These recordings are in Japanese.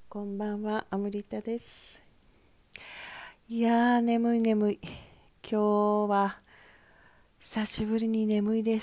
こんばんは、アムリタです。いやー、眠い。今日は久しぶりに眠いです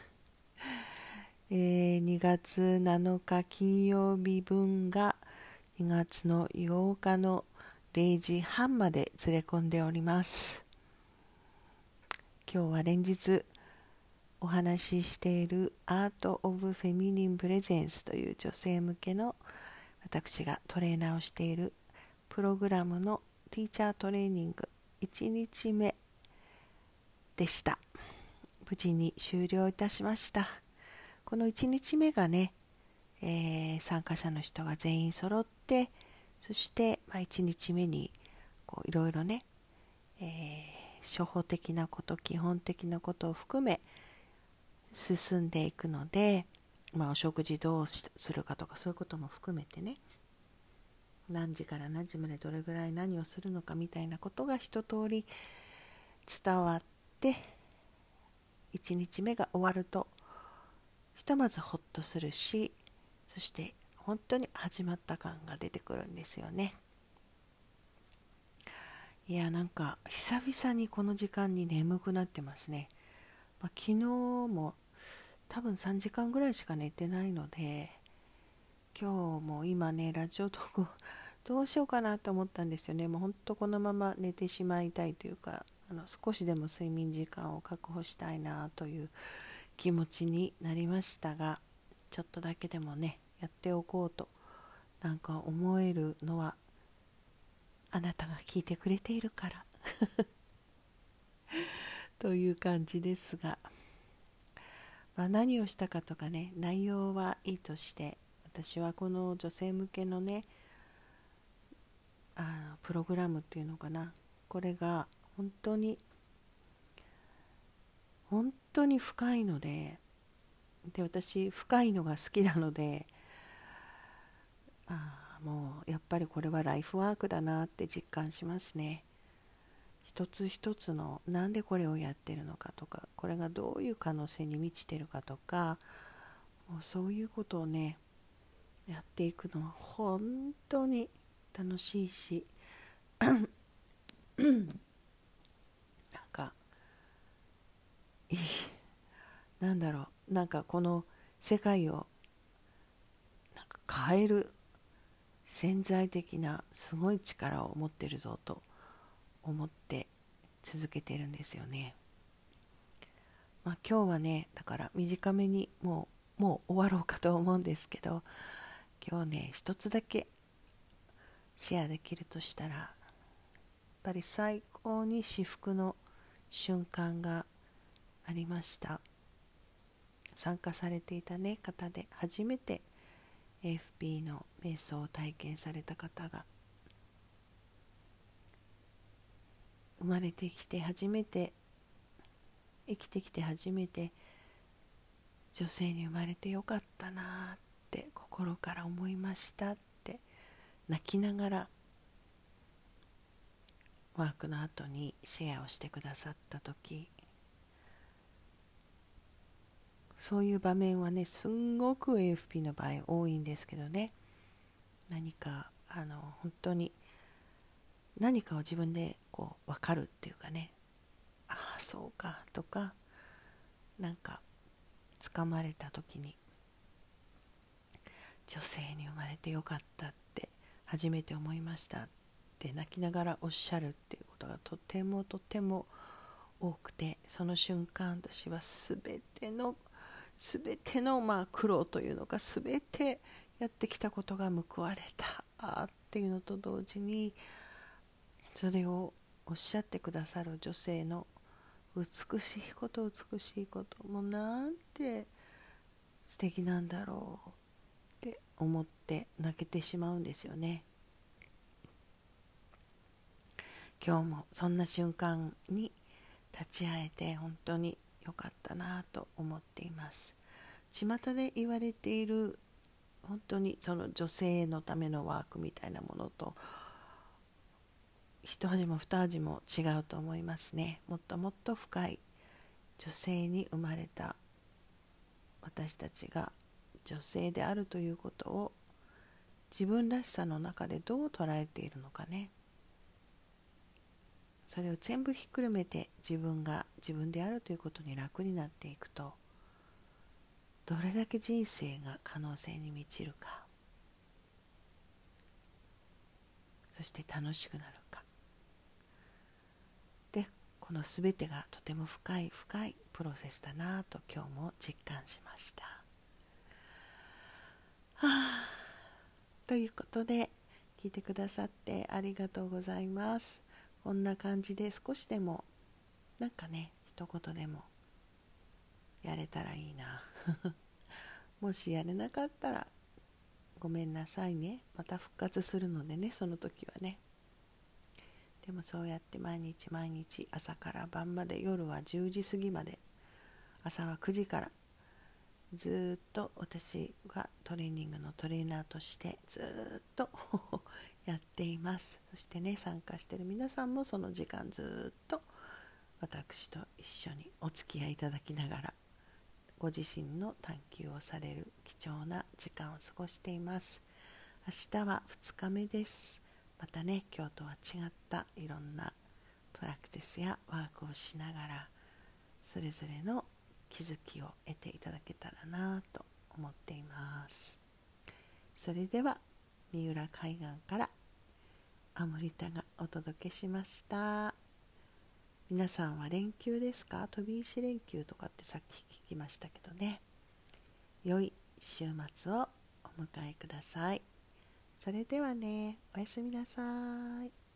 。2月7日金曜日分が2月の8日の0時半までずれ込んでおります。今日は連日お話ししているアート・オブ・フェミニン・プレゼンスという女性向けの私がトレーナーをしているプログラムのティーチャートレーニング1日目でした。無事に終了いたしました。この1日目がね、参加者の人が全員揃って、そして、1日目にいろいろね、初歩的なこと、基本的なことを含め進んでいくので、お食事どうするかとかそういうことも含めてね、何時から何時までどれぐらい何をするのかみたいなことが一通り伝わって、1日目が終わるとひとまずほっとするし、そして本当に始まった感が出てくるんですよね。いや、なんか久々にこの時間に眠くなってますね。昨日も多分3時間ぐらいしか寝てないので、今日も今ねラジオトークどうしようかなと思ったんですよね。もう本当このまま寝てしまいたいというか、少しでも睡眠時間を確保したいなという気持ちになりましたが、ちょっとだけでもねやっておこうとなんか思えるのはあなたが聞いてくれているからという感じですが、何をしたかとかね、内容はいいとして、私はこの女性向けのねプログラムっていうのかな、これが本当に深いので、私深いのが好きなので、もうやっぱりこれはライフワークだなって実感しますね。一つ一つのなんでこれをやってるのかとか、これがどういう可能性に満ちてるかとか、もうそういうことをねやっていくのは本当に楽しいしなんかいい、なんだろう、なんかこの世界をなんか変える潜在的なすごい力を持ってるぞと思って続けてるんですよね。今日はねだから短めにもう終わろうかと思うんですけど、今日ね一つだけシェアできるとしたら、やっぱり最高に至福の瞬間がありました。参加されていた、方で初めて AFP の瞑想を体験された方が、生まれてきて初めて、生きてきて初めて女性に生まれてよかったなって心から思いましたって泣きながらワークの後にシェアをしてくださった時、そういう場面はねすんごく AFP の場合多いんですけどね、何か本当に何かを自分で分かるっていうかね、ああそうかとか、なんか掴まれた時に女性に生まれてよかったって初めて思いましたって泣きながらおっしゃるっていうことがとても多くて、その瞬間私は全ての苦労というのか、全てやってきたことが報われたっていうのと同時に、それをおっしゃってくださる女性の美しいこともなんて素敵なんだろうって思って泣けてしまうんですよね。今日もそんな瞬間に立ち会えて本当に良かったなと思っています。巷で言われている本当にその女性のためのワークみたいなものと一味も二味も違うと思いますね。もっともっと深い、女性に生まれた私たちが女性であるということを自分らしさの中でどう捉えているのかね。それを全部ひっくるめて自分が自分であるということに楽になっていくと、どれだけ人生が可能性に満ちるか、そして楽しくなるかで、この全てがとても深い深いプロセスだなと今日も実感しました。ということで、聞いてくださってありがとうございます。こんな感じで少しでもなんかね、一言でもやれたらいいなもしやれなかったらごめんなさいね。また復活するのでね、その時はね。でもそうやって毎日毎日、朝から晩まで、夜は10時過ぎまで、朝は9時からずっと私がトレーニングのトレーナーとしてずっとやっています。そしてね、参加している皆さんもその時間ずっと私と一緒にお付き合いいただきながら、ご自身の探求をされる貴重な時間を過ごしています。明日は2日目です。またね、今日とは違ったいろんなプラクティスやワークをしながら、それぞれの気づきを得ていただけたらなと思っています。それでは三浦海岸からアムリタがお届けしました。皆さんは連休ですか？飛び石連休とかってさっき聞きましたけどね。良い週末をお迎えください。それではね、おやすみなさい。